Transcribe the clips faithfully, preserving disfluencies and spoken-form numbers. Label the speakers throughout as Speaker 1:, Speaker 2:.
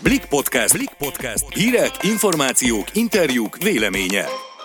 Speaker 1: Blik Podcast. Blik Podcast. Hírek, információk, interjúk, véleménye.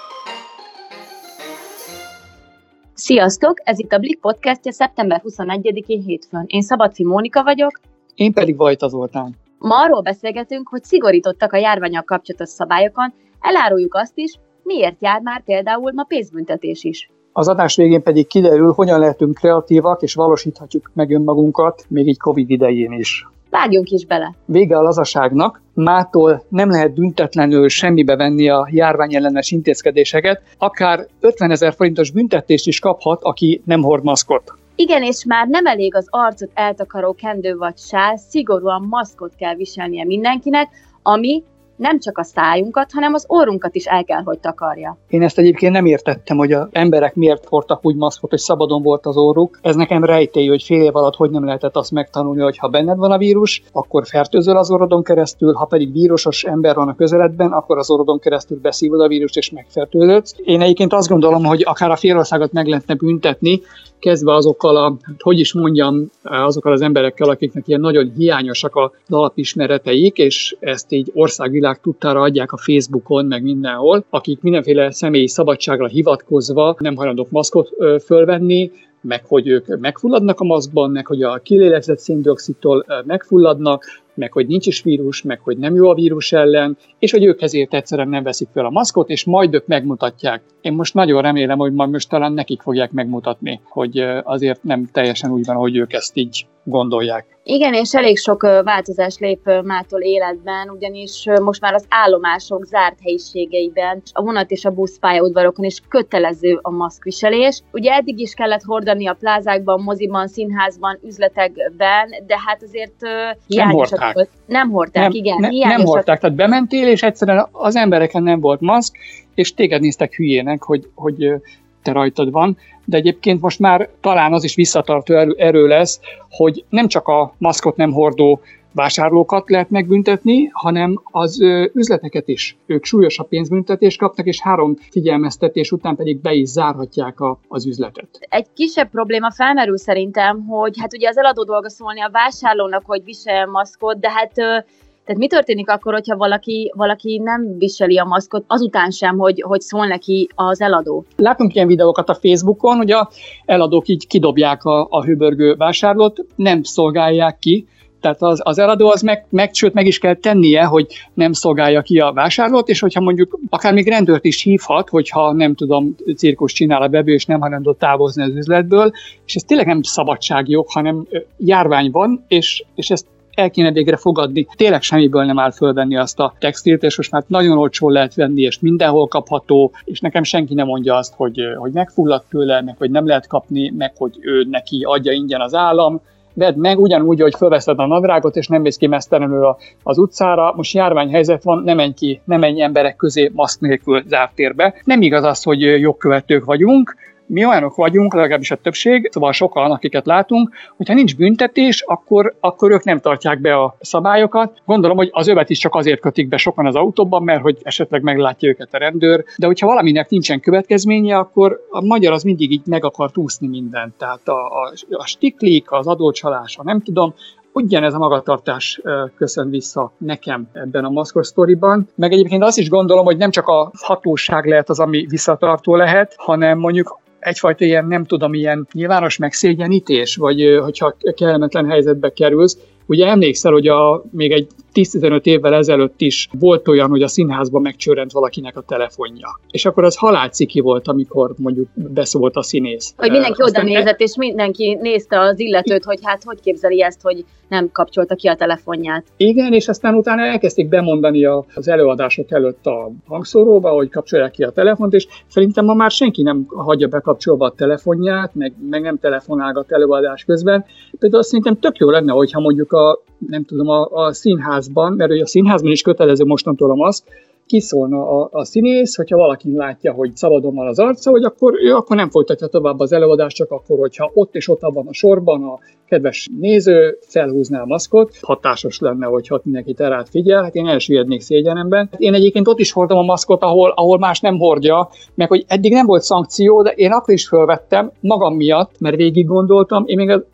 Speaker 2: Sziasztok! Ez itt a Blik Podcastja szeptember huszonegyedikén hétfőn. Én Szabadfi Mónika vagyok.
Speaker 3: Én pedig Vajta Zoltán.
Speaker 2: Ma arról beszélgetünk, hogy szigorítottak a járvánnyal kapcsolatos szabályokon, eláruljuk azt is, miért jár már például ma pénzbüntetés is.
Speaker 3: Az adás végén pedig kiderül, hogyan lehetünk kreatívak és valósíthatjuk meg önmagunkat, még így Covid idején is.
Speaker 2: Vágjunk is bele!
Speaker 3: Vége a lazaságnak, mától nem lehet büntetlenül semmibe venni a járványellenes intézkedéseket, akár ötvenezer forintos büntetést is kaphat, aki nem hord maszkot.
Speaker 2: Igen, és már nem elég az arcot eltakaró kendő vagy sál, szigorúan maszkot kell viselnie mindenkinek, ami nem csak a szájunkat, hanem az orrunkat is el kell, hogy takarja.
Speaker 3: Én ezt egyébként nem értettem, hogy az emberek miért hordtak úgy maszkot, hogy szabadon volt az orruk. Ez nekem rejtély, hogy fél év alatt hogy nem lehetett azt megtanulni, hogy ha benned van a vírus, akkor fertőzöl az orrodon keresztül, ha pedig vírusos ember van a közeledben, akkor az orrodon keresztül beszívod a vírust és megfertőzödsz. Én egyébként azt gondolom, hogy akár a fél országot meg lehetne büntetni, kezdve azokkal a, hogy is mondjam, azokkal az emberekkel, akiknek ilyen nagyon hiányosak az alapismereteik, és ezt így országvilág tudtára adják a Facebookon, meg mindenhol, akik mindenféle személyi szabadságra hivatkozva nem hajlandók maszkot ö, fölvenni, meg hogy ők megfulladnak a maszkban, meg hogy a kilélegzett széndioxidtól megfulladnak, meg hogy nincs is vírus, meg hogy nem jó a vírus ellen, és hogy ők ezért egyszerűen nem veszik fel a maszkot, és majd ők megmutatják. Én most nagyon remélem, hogy majd most talán nekik fogják megmutatni, hogy azért nem teljesen úgy van, hogy ők ezt így gondolják.
Speaker 2: Igen, és elég sok változás lép mától életben, ugyanis most már az állomások zárt helyiségeiben, a vonat és a buszpályaudvarokon is kötelező a maszkviselés. Ugye eddig is kellett hordani a plázákban, moziban, színházban, üzletekben, de hát azért hiányosak.
Speaker 3: Nem hordták.
Speaker 2: Nem hordták,
Speaker 3: nem,
Speaker 2: igen.
Speaker 3: Ne, nem hordták, tehát bementél, és egyszerűen az embereken nem volt maszk, és téged néztek hülyének, hogy, hogy te rajtad van, de egyébként most már talán az is visszatartó erő, erő lesz, hogy nem csak a maszkot nem hordó vásárlókat lehet megbüntetni, hanem az ö, üzleteket is. Ők súlyosabb pénzbüntetést kapnak, és három figyelmeztetés után pedig be is zárhatják a, az üzletet. Egy
Speaker 2: kisebb probléma felmerül szerintem, hogy hát ugye az eladó dolga szólni a vásárlónak, hogy viseljen maszkot, de hát ö, tehát mi történik akkor, hogyha valaki, valaki nem viseli a maszkot, azután sem, hogy, hogy szól neki az eladó?
Speaker 3: Látunk ilyen videókat a Facebookon, hogy az eladók így kidobják a, a hőbörgő vásárlót, nem szolgálják ki, tehát az, az eladó az meg, meg, sőt meg is kell tennie, hogy nem szolgálja ki a vásárlót, és hogyha mondjuk akár még rendőrt is hívhat, hogyha nem tudom, cirkus csinál a vevő, és nem hajlandó távozni az üzletből, és ez tényleg nem szabadságjog, hanem járvány van, és, és ezt el kéne végre fogadni. Tényleg semmiből nem áll fölvenni azt a textilt, és most már nagyon olcsón lehet venni, és mindenhol kapható, és nekem senki nem mondja azt, hogy, hogy megfulladt tőle, meg hogy nem lehet kapni, meg hogy ő neki adja ingyen az állam. Vedd meg ugyanúgy, hogy fölveszed a nadrágot, és nem mész ki mesztelenül az utcára. Most járványhelyzet van, ne menj ki, ne menj emberek közé maszk nélkül zárt térbe. Nem igaz az, hogy jogkövetők vagyunk, mi olyanok vagyunk, legalábbis a többség, szóval sokan, akiket látunk, hogyha nincs büntetés, akkor, akkor ők nem tartják be a szabályokat. Gondolom, hogy az övet is csak azért kötik be sokan az autóban, mert hogy esetleg meglátja őket a rendőr, de hogyha valaminek nincsen következménye, akkor a magyar az mindig így meg akar úszni mindent. Tehát a, a, a stiklik, az adócsalás, nem tudom, ugyanez a magatartás köszön vissza nekem ebben a maszkos sztoriban. Meg egyébként azt is gondolom, hogy nem csak a hatóság lehet az, ami visszatartó lehet, hanem mondjuk egyfajta ilyen, nem tudom, ilyen nyilvános megszégyenítés, vagy hogyha kellemetlen helyzetbe kerülsz. Ugye emlékszel, hogy a, még egy tíz-tizenöt évvel ezelőtt is volt olyan, hogy a színházban megcsörrent valakinek a telefonja. És akkor az halálciki volt, amikor mondjuk beszólt a színész.
Speaker 2: Hogy mindenki oda nézett, és mindenki nézte az illetőt, hogy hát hogy képzeli ezt, hogy nem kapcsolta ki a telefonját.
Speaker 3: Igen, és aztán utána elkezdték bemondani az előadások előtt a hangszóróba, hogy kapcsolják ki a telefont, és szerintem ma már senki nem hagyja bekapcsolva a telefonját, meg, meg nem telefonálgat előadás közben. Például szerintem tök jó lenne, hogyha mondjuk a, nem tudom, a, a színházban, mert a színházban is kötelező mostantól a maszk, kiszólna a, a színész, hogyha valaki látja, hogy szabadon van az arca, hogy akkor ő akkor nem folytatja tovább az előadást, csak akkor, hogyha ott és ott van a sorban a kedves néző felhúzná a maszkot. Hatásos lenne, hogyha mindenki rád figyel, hát én elsüllyednék szégyenemben. Én egyébként ott is hordom a maszkot, ahol, ahol más nem hordja, meg hogy eddig nem volt szankció, de én akkor is fölvettem magam miatt, mert végig gondoltam, én még az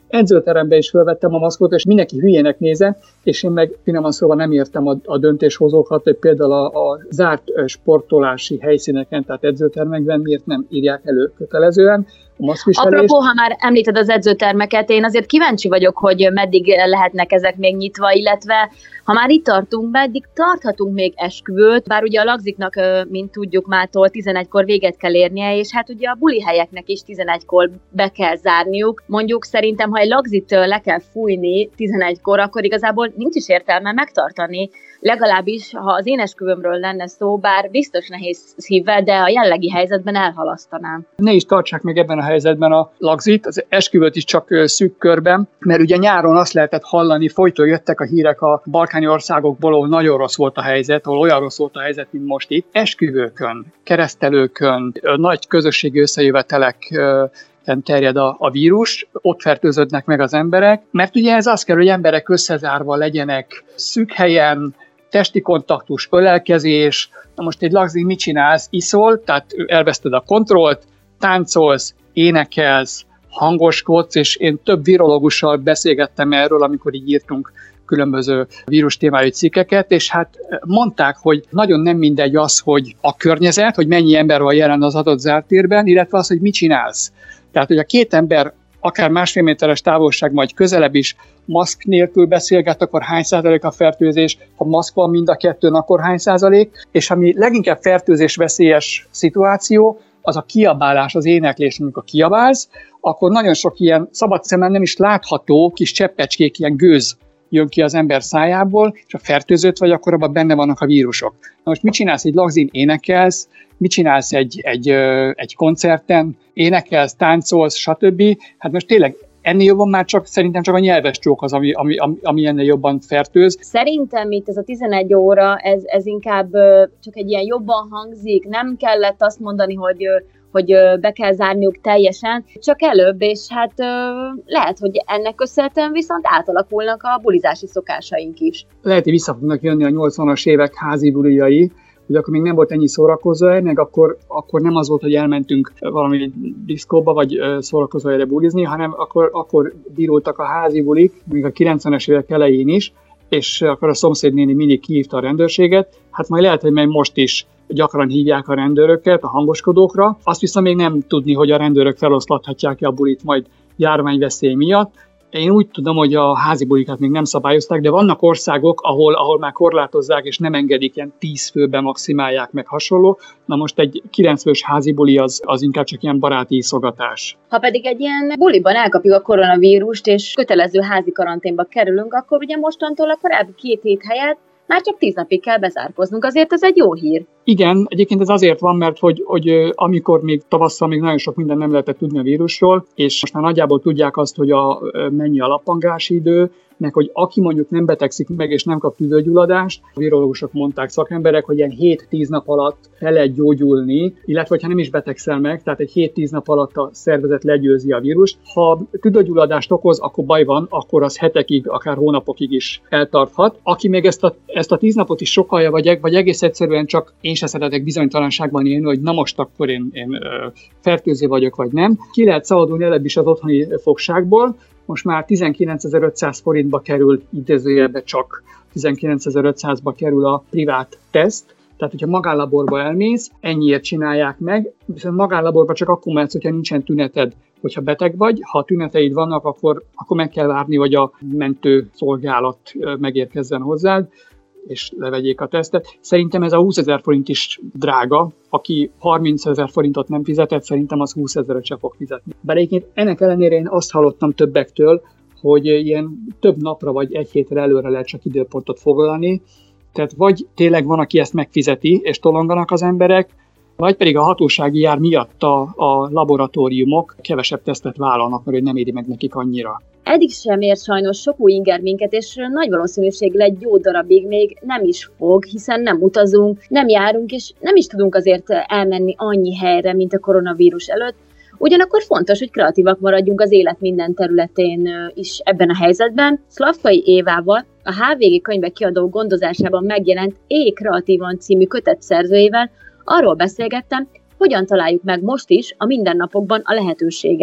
Speaker 3: edzőteremben is felvettem a maszkot, és mindenki hülyének nézett, és én meg finoman szóval nem értem a, a döntéshozókat, hogy például a, a zárt sportolási helyszíneken, tehát edzőtermekben miért nem írják elő kötelezően a maszkviselést.
Speaker 2: Apropó, ha már említed az edzőtermeket, én azért kíváncsi vagyok, hogy meddig lehetnek ezek még nyitva, illetve ha már itt tartunk, meddig tarthatunk még esküvőt, bár ugye a lagziknak, mint tudjuk mától, tizenegykor véget kell érnie, és hát ugye a buli helyeknek is tizenegykor be kell zárniuk. Mondjuk szerintem, ha egy lagzit le kell fújni tizenegykor, akkor igazából nincs is értelme megtartani. Legalábbis, ha az én esküvőmről lenne szó, bár biztos nehéz szívvel, de a jellegi helyzetben elhalasztanám.
Speaker 3: Ne is tartsák meg ebben a helyzetben a lagzit, az esküvőt is csak szűk körben, mert ugye nyáron azt lehetett hallani, folyton jöttek a hírek a balkáni országokból, ahol nagyon rossz volt a helyzet, ahol olyan rossz volt a helyzet, mint most itt. Esküvőkön, keresztelőkön, nagy közösségi összejövetelek terjed a, a vírus, ott fertőződnek meg az emberek, mert ugye ez az kell, hogy emberek összezárva legyenek szűk helyen, testi kontaktus, ölelkezés. Na most egy lagzin mit csinálsz? Iszol, tehát elveszted a kontrollt, táncolsz, énekelsz, hangoskodsz, és én több virológussal beszélgettem erről, amikor így írtunk különböző vírus témájú cikkeket, és hát mondták, hogy nagyon nem mindegy az, hogy a környezet, hogy mennyi ember van jelen az adott zárt térben, illetve az, hogy mit csinálsz. Tehát, hogy a két ember akár másfél méteres távolság, vagy közelebb is maszk nélkül beszélget, akkor hány százalék a fertőzés, ha maszk van mind a kettőn, akkor hány százalék, és ami leginkább fertőzés veszélyes szituáció, az a kiabálás, az éneklés, amikor kiabálsz, akkor nagyon sok ilyen szabad szemmel nem is látható kis cseppecskék, ilyen gőz jön ki az ember szájából, és ha fertőzött vagy, akkor abban benne vannak a vírusok. Na most mit csinálsz egy lagzin, énekelsz, mit csinálsz egy, egy, egy koncerten, énekelsz, táncolsz, stb. Hát most tényleg ennél jobban már csak, szerintem csak a nyelves csók az, ami, ami, ami ennél jobban fertőz.
Speaker 2: Szerintem itt ez a tizenegy óra, ez, ez inkább csak egy ilyen jobban hangzik, nem kellett azt mondani, hogy hogy be kell zárniuk teljesen, csak előbb, és hát lehet, hogy ennek köszönhetően viszont átalakulnak a bulizási szokásaink is.
Speaker 3: Lehet, hogy vissza fognak jönni a nyolcvanas évek házi bulijai, hogy akkor még nem volt ennyi szórakozóhely, meg akkor, akkor nem az volt, hogy elmentünk valami diszkóba, vagy szórakozóhelyre bulizni, hanem akkor, akkor bírultak a házi bulik, még a kilencvenes évek elején is, és akkor a szomszédnéni mindig kihívta a rendőrséget. Hát majd lehet, hogy még most is gyakran hívják a rendőröket, a hangoskodókra. Azt viszont még nem tudni, hogy a rendőrök feloszlathatják-e a bulit majd járványveszély miatt. Én úgy tudom, hogy a házi bulikat még nem szabályozták, de vannak országok, ahol, ahol már korlátozzák, és nem engedik, ilyen tíz főben maximálják meg hasonló. Na most egy kilenc fős házi buli az, az inkább csak ilyen baráti iszogatás.
Speaker 2: Ha pedig egy ilyen buliban elkapjuk a koronavírust, és kötelező házi karanténba kerülünk, akkor ugye mostantól a korábbi két hét helyett már csak tíz napig kell bezárkoznunk, azért ez egy jó hír. Igen,
Speaker 3: egyébként ez azért van, mert hogy, hogy amikor még tavasszal még nagyon sok minden nem lehetett tudni a vírusról, és most már nagyjából tudják azt, hogy a, mennyi a lappangási idő, meg hogy aki mondjuk nem betegszik meg és nem kap tüdőgyulladást, a virológusok mondták, szakemberek, hogy ilyen hét-tíz nap alatt el lehet gyógyulni, illetve ha nem is betegszel meg, tehát egy hét-tíz nap alatt a szervezet legyőzi a vírust. Ha tüdőgyulladást okoz, akkor baj van, akkor az hetekig, akár hónapokig is eltarthat. Aki még ezt a, ezt a tíz napot is sokalja, vagy, vagy egész egyszerűen csak én se szeretek bizonytalanságban élni, hogy na most akkor én, én ö, fertőző vagyok, vagy nem. Ki lehet szabadulni előbb is az otthoni fogságból. Most már tizenkilencezer-ötszáz forintba kerül, idézőjelbe csak tizenkilencezer-ötszázba kerül a privát teszt. Tehát, hogyha magánlaborba elmész, ennyiért csinálják meg, viszont magánlaborba csak akkor mehetsz, hogyha nincsen tüneted. Hogyha beteg vagy, ha tüneteid vannak, akkor, akkor meg kell várni, hogy a mentő szolgálat megérkezzen hozzád, és levegyék a tesztet. Szerintem ez a húszezer forint is drága. Aki harmincezer forintot nem fizetett, szerintem az húszezret se fog fizetni. Bár egyébként ennek ellenére én azt hallottam többektől, hogy ilyen több napra vagy egy hétre előre lehet csak időpontot foglalni. Tehát vagy tényleg van, aki ezt megfizeti, és tolonganak az emberek, vagy pedig a hatósági jár miatt a, a laboratóriumok kevesebb tesztet vállalnak, mert nem éri meg nekik annyira.
Speaker 2: Eddig sem ér sajnos sok új inger minket, és nagy valószínűséggel egy jó darabig még nem is fog, hiszen nem utazunk, nem járunk, és nem is tudunk azért elmenni annyi helyre, mint a koronavírus előtt. Ugyanakkor fontos, hogy kreatívak maradjunk az élet minden területén is ebben a helyzetben. Szlavkai Évával, a há vé gé könyvek kiadó gondozásában megjelent Élj kreatívan című kötet szerzőjével arról beszélgettem, hogyan találjuk meg most is a mindennapokban a lehetőséget.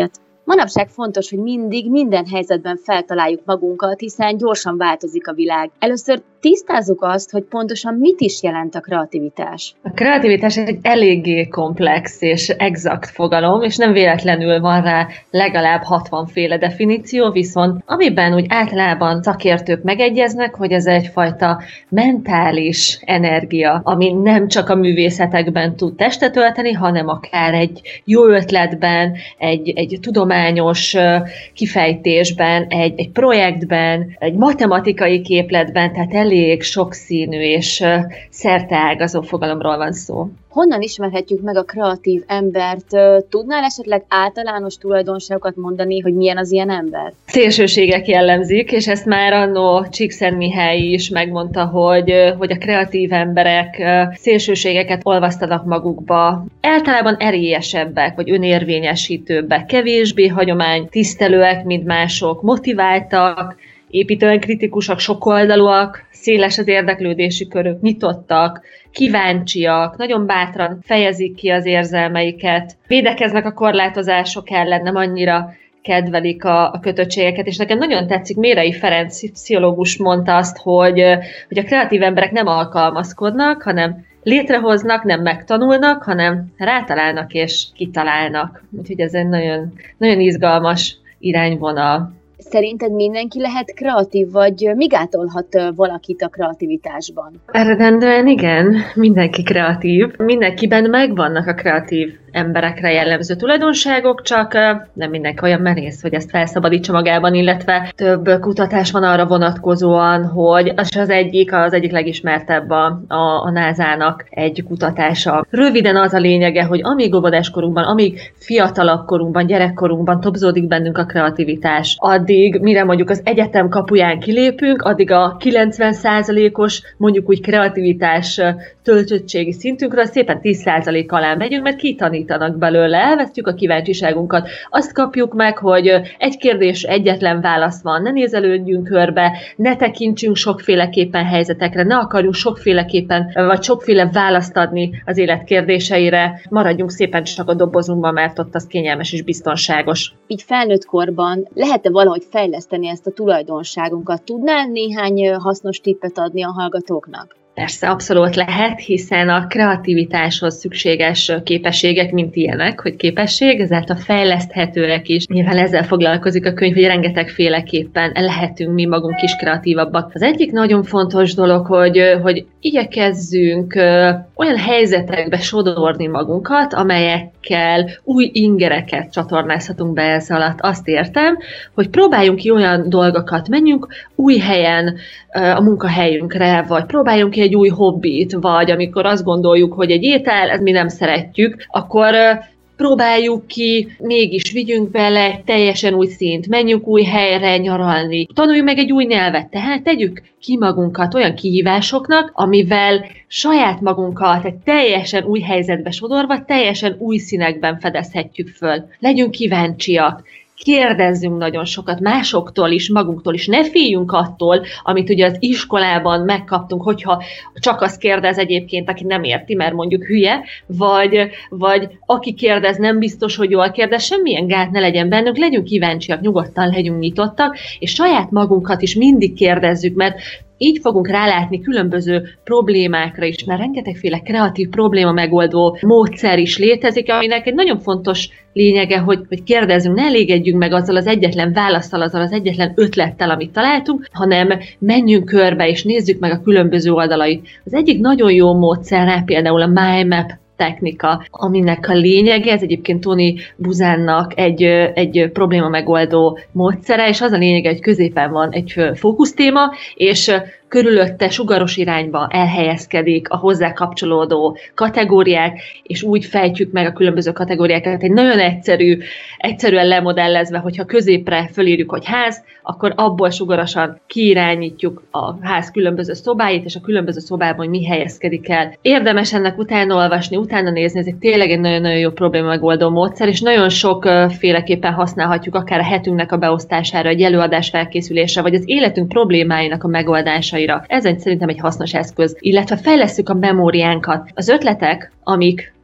Speaker 2: Manapság fontos, hogy mindig, minden helyzetben feltaláljuk magunkat, hiszen gyorsan változik a világ. Először tisztázzuk azt, hogy pontosan mit is jelent a kreativitás.
Speaker 4: A kreativitás egy eléggé komplex és exakt fogalom, és nem véletlenül van rá legalább hatvan féle definíció, viszont amiben úgy általában szakértők megegyeznek, hogy ez egyfajta mentális energia, ami nem csak a művészetekben tud testet ölteni, hanem akár egy jó ötletben, egy, egy tudományos kifejtésben, egy, egy projektben, egy matematikai képletben, tehát elég sokszínű és szerteágazó fogalomról van szó.
Speaker 2: Honnan ismerhetjük meg a kreatív embert? Tudnál esetleg általános tulajdonságokat mondani, hogy milyen az ilyen ember?
Speaker 4: Szélsőségek jellemzik, és ezt már annó Csíkszentmihály is megmondta, hogy, hogy a kreatív emberek szélsőségeket olvasztanak magukba. Általában erélyesebbek, vagy önérvényesítőbbek, kevésbé hagyomány tisztelőek, mint mások, motiváltak, építően kritikusak, sokoldalúak, széles az érdeklődési körük, nyitottak, kíváncsiak, nagyon bátran fejezik ki az érzelmeiket, védekeznek a korlátozások ellen, nem annyira kedvelik a, a kötöttségeket, és nekem nagyon tetszik, Mérei Ferenc pszichológus mondta azt, hogy, hogy a kreatív emberek nem alkalmazkodnak, hanem létrehoznak, nem megtanulnak, hanem rátalálnak és kitalálnak. Úgyhogy ez egy nagyon, nagyon izgalmas irányvonal.
Speaker 2: Szerinted mindenki lehet kreatív, vagy mi gátolhat valakit a kreativitásban?
Speaker 4: Eredendően igen, mindenki kreatív. Mindenkiben megvannak a kreatív emberekre jellemző tulajdonságok, csak nem mindenki olyan merész, hogy ezt felszabadítsa magában, illetve több kutatás van arra vonatkozóan, hogy az az egyik, az egyik legismertebb a, a, a nászának egy kutatása. Röviden az a lényege, hogy amíg óvodáskorunkban, amíg fiatalabb korunkban, gyerekkorunkban topzódik bennünk a kreativitás, addig, mire mondjuk az egyetem kapuján kilépünk, addig a kilencven százalékos mondjuk úgy kreativitás töltöttségi szintünkről szépen tíz százalék alá megyünk, mert kitanítanak belőle, elvesztjük a kíváncsiságunkat. Azt kapjuk meg, hogy egy kérdés egyetlen válasz van, ne nézelődjünk körbe, ne tekintsünk sokféleképpen helyzetekre, ne akarjunk sokféleképpen, vagy sokféle választ adni az élet kérdéseire, maradjunk szépen csak a dobozunkban, mert ott az kényelmes és biztonságos.
Speaker 2: Így felnőtt korban lehet-e valahogy fejleszteni ezt a tulajdonságunkat? Tudnál néhány hasznos tippet adni a hallgatóknak?
Speaker 4: Persze, abszolút lehet, hiszen a kreativitáshoz szükséges képességek, mint ilyenek, hogy képesség, ezáltal fejleszthetőek is. Nyilván ezzel foglalkozik a könyv, hogy rengetegféleképpen lehetünk mi magunk is kreatívabbak. Az egyik nagyon fontos dolog, hogy, hogy igyekezzünk olyan helyzetekbe sodorni magunkat, amelyekkel új ingereket csatornázhatunk be ez alatt. Azt értem, hogy próbáljunk ki olyan dolgokat, menjünk új helyen a munkahelyünkre, vagy próbáljunk ki egy új hobbit, vagy amikor azt gondoljuk, hogy egy étel, ezt mi nem szeretjük, akkor próbáljuk ki, mégis vigyünk bele egy teljesen új szint, menjünk új helyre nyaralni, tanuljuk meg egy új nyelvet, tehát tegyük ki magunkat olyan kihívásoknak, amivel saját magunkat egy teljesen új helyzetbe sodorva, teljesen új színekben fedezhetjük föl. Legyünk kíváncsiak, kérdezzünk nagyon sokat másoktól is, magunktól is, ne féljünk attól, amit ugye az iskolában megkaptunk, hogyha csak az kérdez egyébként, aki nem érti, mert mondjuk hülye, vagy, vagy aki kérdez, nem biztos, hogy jól kérdez, semmilyen gát ne legyen bennünk, legyünk kíváncsiak, nyugodtan legyünk nyitottak, és saját magunkat is mindig kérdezzük, mert így fogunk rálátni különböző problémákra is, mert rengetegféle kreatív probléma megoldó módszer is létezik, aminek egy nagyon fontos lényege, hogy, hogy kérdezzünk, ne elégedjünk meg azzal az egyetlen válaszsal, azzal az egyetlen ötlettel, amit találtunk, hanem menjünk körbe és nézzük meg a különböző oldalait. Az egyik nagyon jó módszer rá például a mindmap technika, aminek a lényege, ez egyébként Tony Buzannak egy, egy probléma megoldó módszere, és az a lényege, hogy középen van egy fókusztéma, és körülötte sugaros irányba elhelyezkedik a hozzá kapcsolódó kategóriák, és úgy fejtjük meg a különböző kategóriákat. Egy nagyon egyszerű, egyszerűen lemodellezve, hogyha középre fölírjuk, hogy ház, akkor abból sugarosan kiirányítjuk a ház különböző szobáit, és a különböző szobában mi helyezkedik el. Érdemes ennek utána olvasni, utána nézni, ez egy tényleg egy nagyon-nagyon jó probléma megoldó módszer, és nagyon sokféleképpen használhatjuk akár a hetünknek a beosztására, egy előadás felkészülésre, vagy az életünk problémáinak a megoldására. Ez egy, szerintem egy hasznos eszköz, illetve fejlesszük a memóriánkat. Az ötletek, amik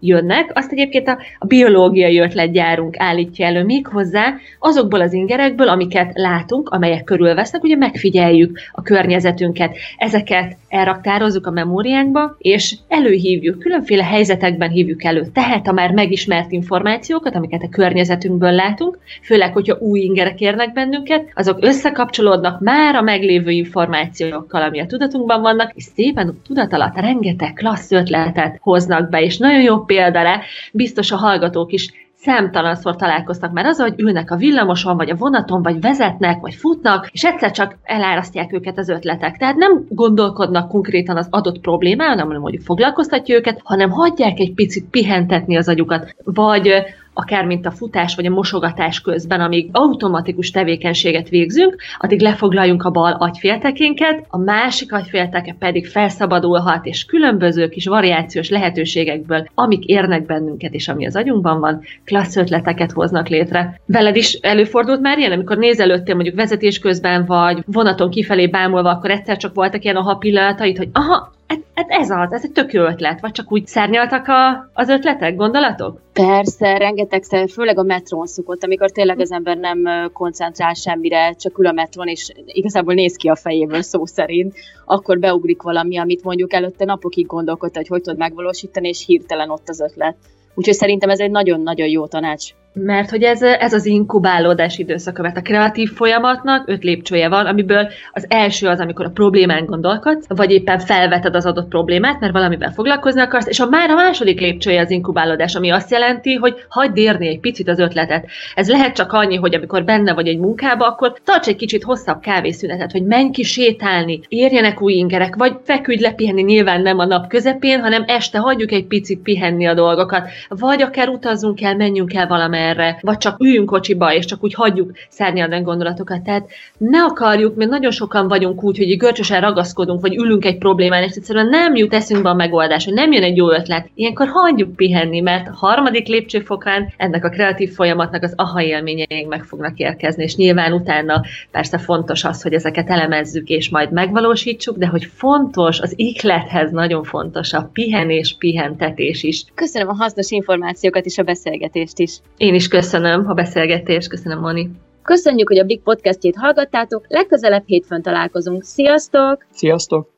Speaker 4: jönnek, azt egyébként a, a biológiai ötletgyárunk állítja elő méghozzá azokból az ingerekből, amiket látunk, amelyek körülvesznek, ugye megfigyeljük a környezetünket, ezeket elraktározzuk a memóriánkba, és előhívjuk, különféle helyzetekben hívjuk elő. Tehát a már megismert információkat, amiket a környezetünkből látunk, főleg, hogyha új ingerek érnek bennünket, azok összekapcsolódnak már a meglévő információkkal, ami a tudatunkban vannak, és szépen a tudat alatt rengeteg klassz ötletet hoznak be, és nagyon jó példa rá, biztos a hallgatók is számtalanszor találkoztak már azzal, hogy ülnek a villamoson, vagy a vonaton, vagy vezetnek, vagy futnak, és egyszer csak elárasztják őket az ötletek. Tehát nem gondolkodnak konkrétan az adott problémán, hanem mondjuk foglalkoztatja őket, hanem hagyják egy picit pihentetni az agyukat, vagy akár mint a futás vagy a mosogatás közben, amíg automatikus tevékenységet végzünk, addig lefoglaljunk a bal agyféltekénket, a másik agyfélteke pedig felszabadulhat, és különböző kis variációs lehetőségekből, amik érnek bennünket, és ami az agyunkban van, klassz ötleteket hoznak létre. Veled is előfordult már ilyen, amikor nézelődtél mondjuk vezetés közben, vagy vonaton kifelé bámulva, akkor egyszer csak voltak ilyen aha pillanatait, hogy aha, hát ez az, ez egy tök jó ötlet, vagy csak úgy szárnyaltak a, az ötletek, gondolatok?
Speaker 2: Persze, rengetegszer, főleg a metrón szokott, amikor tényleg az ember nem koncentrál semmire, csak ül a metrón, és igazából néz ki a fejéből szó szerint, akkor beugrik valami, amit mondjuk előtte napokig gondolkodta, hogy hogy tud megvalósítani, és hirtelen ott az ötlet. Úgyhogy szerintem ez egy nagyon-nagyon jó tanács.
Speaker 4: Mert hogy ez, ez az inkubálódás időszaka, mert a kreatív folyamatnak öt lépcsője van, amiből az első az, amikor a problémán gondolkodsz, vagy éppen felveted az adott problémát, mert valamivel foglalkozni akarsz, és a már a második lépcsője az inkubálódás, ami azt jelenti, hogy hagyd érni egy picit az ötletet. Ez lehet csak annyi, hogy amikor benne vagy egy munkába, akkor tarts egy kicsit hosszabb kávészünetet, hogy menj ki sétálni, érjenek új ingerek, vagy feküdj le pihenni, nyilván nem a nap közepén, hanem este hagyjuk egy picit pihenni a dolgokat, vagy akár utazzunk el, menjünk el valamelyik erre, vagy csak üljünk kocsiba, és csak úgy hagyjuk szárnyalni a gondolatokat. Tehát ne akarjuk, mert nagyon sokan vagyunk úgy, hogy görcsösen ragaszkodunk, vagy ülünk egy problémán, és egyszerűen nem jut eszünkbe a megoldás, hogy nem jön egy jó ötlet. Ilyenkor hagyjuk pihenni, mert a harmadik lépcsőfokán ennek a kreatív folyamatnak az aha élményeink meg fognak érkezni, és nyilván utána persze fontos az, hogy ezeket elemezzük, és majd megvalósítsuk, de hogy fontos, az ihlethez nagyon fontos a pihenés, pihentetés is.
Speaker 2: Köszönöm a hasznos információkat és a beszélgetést is.
Speaker 4: Én is köszönöm a beszélgetést, köszönöm, Moni.
Speaker 2: Köszönjük, hogy a Blik podcastjét hallgattátok, legközelebb hétfőn találkozunk. Sziasztok!
Speaker 3: Sziasztok!